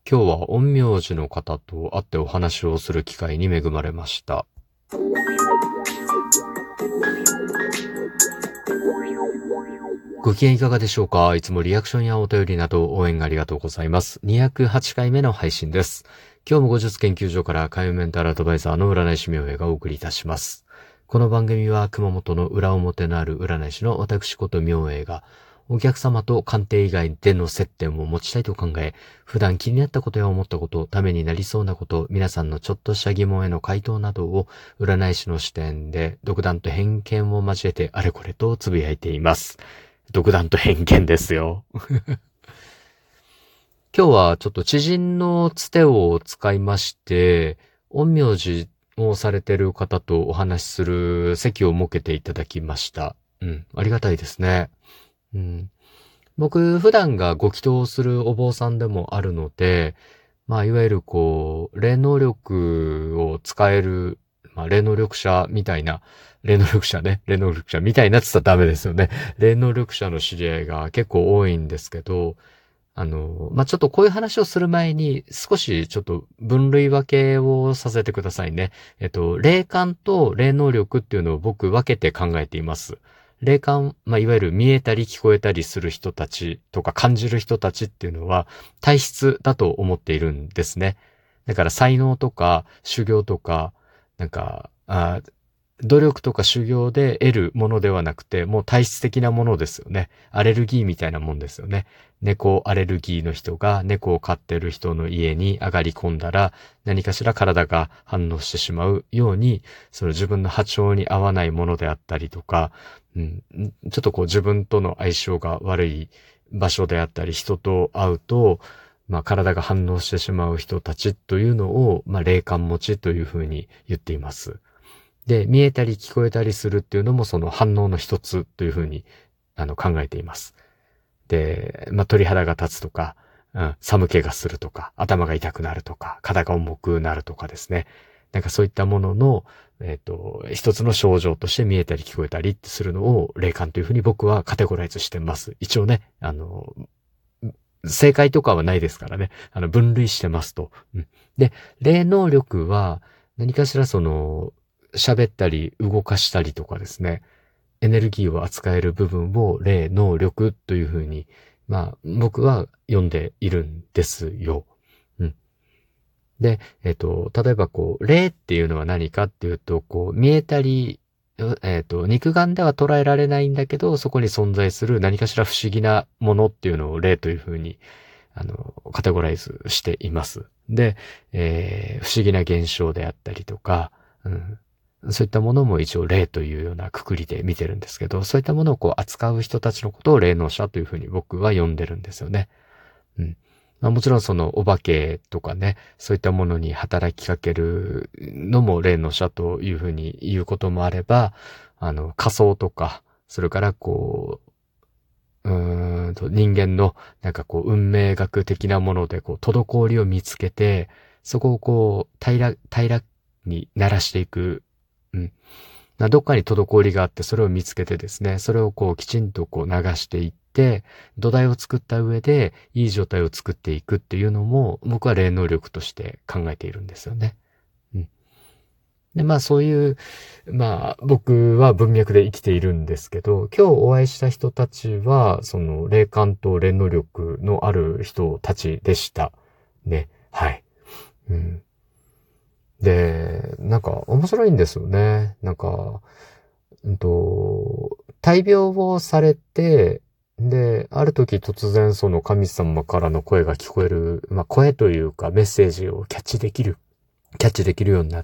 今日は陰陽師の方と会ってお話をする機会に恵まれました。ご機嫌いかがでしょうか？いつもリアクションやお便りなど応援ありがとうございます。208回目の配信です。今日も後日研究所から海運メンタルアドバイザーの占い師明恵がお送りいたします。この番組は熊本の裏表のある占い師の私こと明恵がお客様と鑑定以外での接点を持ちたいと考え、普段気になったことや思ったこと、ためになりそうなこと、皆さんのちょっとした疑問への回答などを占い師の視点で独断と偏見を交えてあれこれとつぶやいています。独断と偏見ですよ。今日はちょっと知人のつてを使いまして、陰陽師をされている方とお話しする席を設けていただきました。ありがたいですね。僕普段がご祈祷するお坊さんでもあるので、いわゆる霊能力を使える、霊能力者みたいな、霊能力者みたいなって言ったらダメですよね。霊能力者の知り合いが結構多いんですけど、ちょっとこういう話をする前に少しちょっと分類分けをさせてくださいね。霊感と霊能力っていうのを僕分けて考えています。霊感、いわゆる見えたり聞こえたりする人たちとか感じる人たちっていうのは体質だと思っているんですね。だから才能とか修行とか、努力とか修行で得るものではなくて、もう体質的なものですよね。アレルギーみたいなもんですよね。猫アレルギーの人が猫を飼ってる人の家に上がり込んだら、何かしら体が反応してしまうように、その自分の波長に合わないものであったりとか、ちょっと自分との相性が悪い場所であったり、人と会うと、体が反応してしまう人たちというのを、霊感持ちというふうに言っています。で、見えたり聞こえたりするっていうのもその反応の一つというふうに考えています。で、鳥肌が立つとか、寒気がするとか、頭が痛くなるとか、肩が重くなるとかですね。そういったものの、一つの症状として見えたり聞こえたりってするのを霊感というふうに僕はカテゴライズしてます。一応ね、正解とかはないですからね。分類してますと。で、霊能力は何かしら喋ったり動かしたりとかですね、エネルギーを扱える部分を霊能力というふうに、僕は読んでいるんですよ。で、例えば霊っていうのは何かっていうと、見えたり、肉眼では捉えられないんだけど、そこに存在する何かしら不思議なものっていうのを霊というふうに、カテゴライズしています。で、不思議な現象であったりとか、そういったものも一応霊というような括りで見てるんですけど、そういったものを扱う人たちのことを霊能者というふうに僕は呼んでるんですよね。もちろんお化けとかね、そういったものに働きかけるのも霊能者というふうに言うこともあれば、仮想とか、それから人間の運命学的なもので滞りを見つけて、そこを平らに鳴らしていく。どっかに滞りがあってそれを見つけてですね、それをきちんと流していって、土台を作った上でいい状態を作っていくっていうのも僕は霊能力として考えているんですよね。で、そういう、僕は文脈で生きているんですけど、今日お会いした人たちは、霊感と霊能力のある人たちでした。ね。はい。で、面白いんですよね。大病をされて、で、ある時突然神様からの声が聞こえる、声というかメッセージをキャッチできるようになって、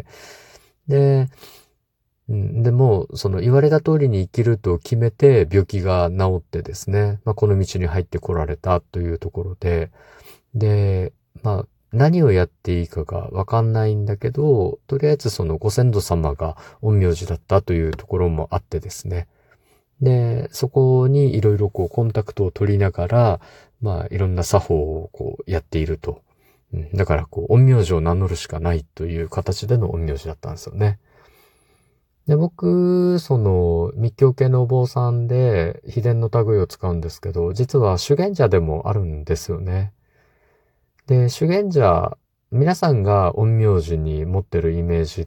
で、も言われた通りに生きると決めて病気が治ってですね、この道に入ってこられたというところで、で、何をやっていいかがわかんないんだけど、とりあえずご先祖様が陰陽師だったというところもあってですね。で、そこにいろいろコンタクトを取りながら、いろんな作法をやっていると。だから陰陽師を名乗るしかないという形での陰陽師だったんですよね。で、僕、密教系のお坊さんで秘伝の類を使うんですけど、実は修験者でもあるんですよね。 で、修験者、皆さんが陰陽師に持ってるイメージって、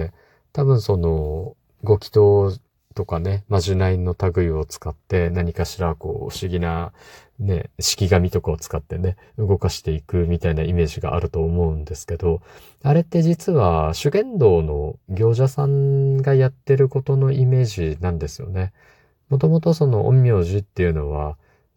多分ご祈祷とかね、まじないの類を使って何かしら不思議なね、式紙とかを使ってね、動かしていくみたいなイメージがあると思うんですけど、あれって実は修験道の行者さんがやってることのイメージなんですよね。もともと陰陽師っていうのは、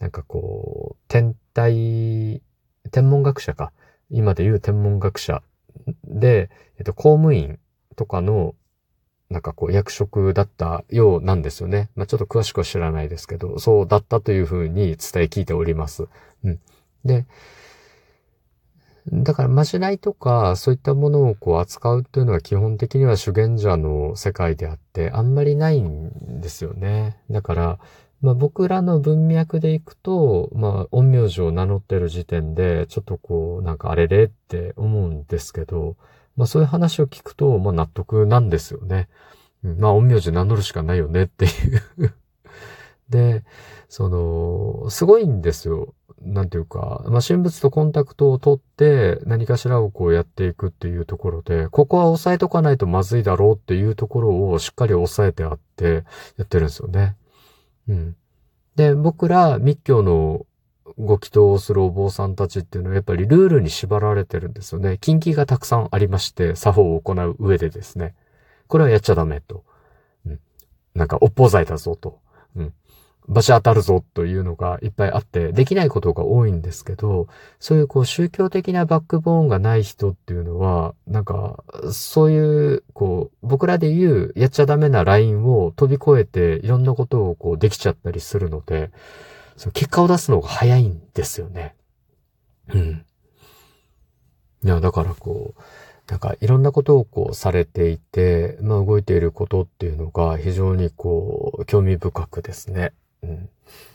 天文学者か。今で言う天文学者で、公務員とかの、役職だったようなんですよね。まあ、ちょっと詳しくは知らないですけど、そうだったというふうに伝え聞いております。うん。で、だから、まじないとか、そういったものを扱うっていうのは基本的には修験者の世界であって、あんまりないんですよね。だから、まあ僕らの文脈でいくと、まあ、陰陽師を名乗ってる時点で、ちょっとあれれって思うんですけど、まあそういう話を聞くと、まあ納得なんですよね。まあ陰陽師名乗るしかないよねっていうで、すごいんですよ。なんていうか、まあ、神仏とコンタクトを取って何かしらをやっていくっていうところで、ここは押さえとかないとまずいだろうっていうところをしっかり押さえてあってやってるんですよね。うん。で、僕ら密教のご祈祷をするお坊さんたちっていうのはやっぱりルールに縛られてるんですよね。禁忌がたくさんありまして、作法を行う上でですね。これはやっちゃダメと。うん。おっぽ罪だぞと。うん。場所当たるぞというのがいっぱいあって、できないことが多いんですけど、そういう宗教的なバックボーンがない人っていうのは、そういう、僕らで言うやっちゃダメなラインを飛び越えていろんなことをできちゃったりするので、その結果を出すのが早いんですよね。うん。いや、だからいろんなことをされていて、まあ動いていることっていうのが非常に興味深くですね。うん。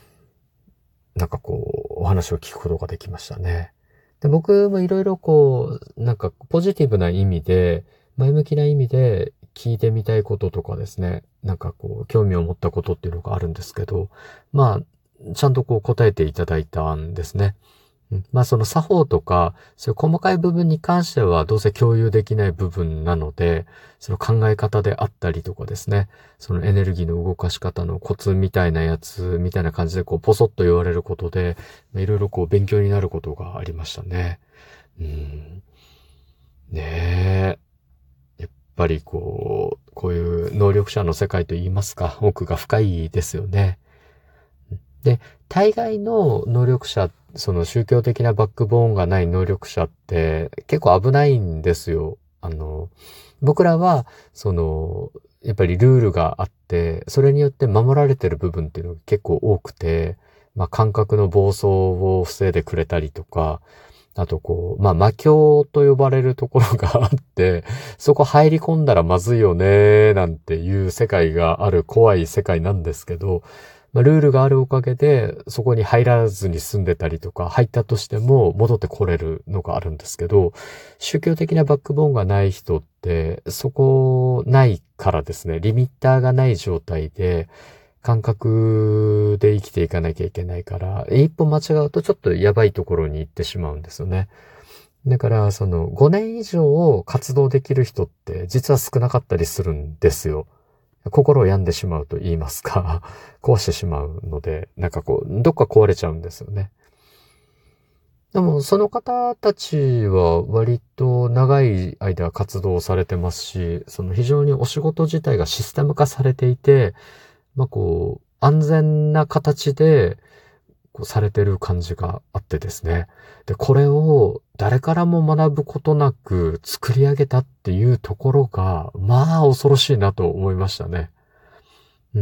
お話を聞くことができましたね。で、僕もいろいろポジティブな意味で、前向きな意味で聞いてみたいこととかですね、興味を持ったことっていうのがあるんですけど、まあ、ちゃんと答えていただいたんですね。まあその作法とか、そういう細かい部分に関してはどうせ共有できない部分なので、その考え方であったりとかですね、そのエネルギーの動かし方のコツみたいなやつみたいな感じでポソッと言われることで、いろいろ勉強になることがありましたね。ねえ。やっぱりこういう能力者の世界といいますか、奥が深いですよね。で、大概の能力者、その宗教的なバックボーンがない能力者って結構危ないんですよ。僕らは、やっぱりルールがあって、それによって守られてる部分っていうのが結構多くて、まあ感覚の暴走を防いでくれたりとか、あとまあ魔境と呼ばれるところがあって、そこ入り込んだらまずいよね、なんていう世界がある怖い世界なんですけど、まあ、ルールがあるおかげで、そこに入らずに住んでたりとか、入ったとしても戻ってこれるのがあるんですけど、宗教的なバックボーンがない人って、そこないからですね、リミッターがない状態で、感覚で生きていかなきゃいけないから、一歩間違うとちょっとやばいところに行ってしまうんですよね。だから、5年以上活動できる人って実は少なかったりするんですよ。心を病んでしまうと言いますか、壊してしまうので、どっか壊れちゃうんですよね。でも、その方たちは割と長い間活動されてますし、非常にお仕事自体がシステム化されていて、まあ安全な形で、されてる感じがあってですね。で、これを誰からも学ぶことなく作り上げたっていうところが、まあ恐ろしいなと思いましたね。うん。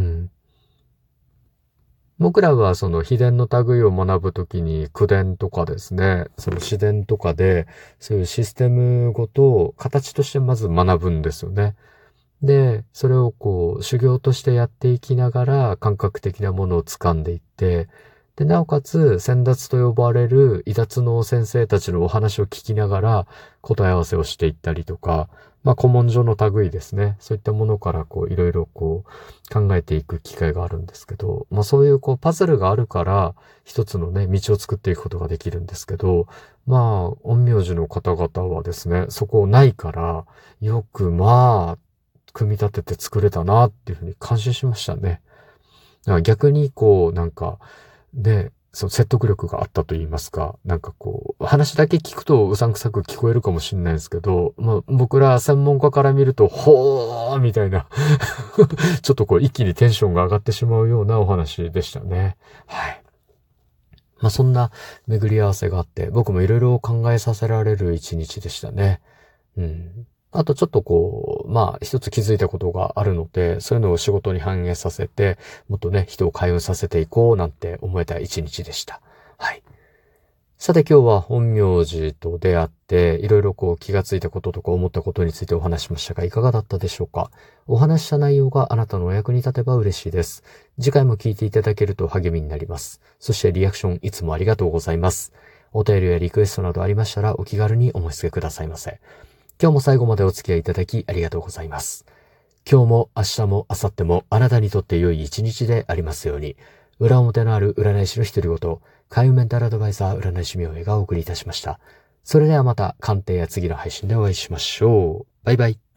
僕らは秘伝の類を学ぶときに口伝とかですね、その自伝とかで、そういうシステムごと形としてまず学ぶんですよね。で、それを修行としてやっていきながら感覚的なものを掴んでいって、 で、なおかつ、先達と呼ばれる医達の先生たちのお話を聞きながら答え合わせをしていったりとか、古文書の類ですね。そういったものからいろいろ考えていく機会があるんですけど、そういうパズルがあるから一つのね、道を作っていくことができるんですけど、陰陽師の方々はですね、そこないから、よく組み立てて作れたなっていうふうに感心しましたね。だから逆にね、その説得力があったと言いますか、話だけ聞くとうさんくさく聞こえるかもしれないですけど、僕ら専門家から見ると、ほーみたいな、ちょっと一気にテンションが上がってしまうようなお話でしたね。はい。そんな巡り合わせがあって、僕もいろいろ考えさせられる一日でしたね。あとちょっと一つ気づいたことがあるので、そういうのを仕事に反映させて、もっとね、人を開運させていこうなんて思えた一日でした。はい。さて今日は陰陽師と出会って、いろいろ気がついたこととか思ったことについてお話しましたが、いかがだったでしょうか？お話した内容があなたのお役に立てば嬉しいです。次回も聞いていただけると励みになります。そしてリアクションいつもありがとうございます。お便りやリクエストなどありましたらお気軽にお申し付けくださいませ。今日も最後までお付き合いいただきありがとうございます。今日も明日も明後日もあなたにとって良い一日でありますように。裏表のある占い師の独り言、開運メンタルアドバイザー占い師明恵がお送りいたしました。それではまた鑑定や次の配信でお会いしましょう。バイバイ。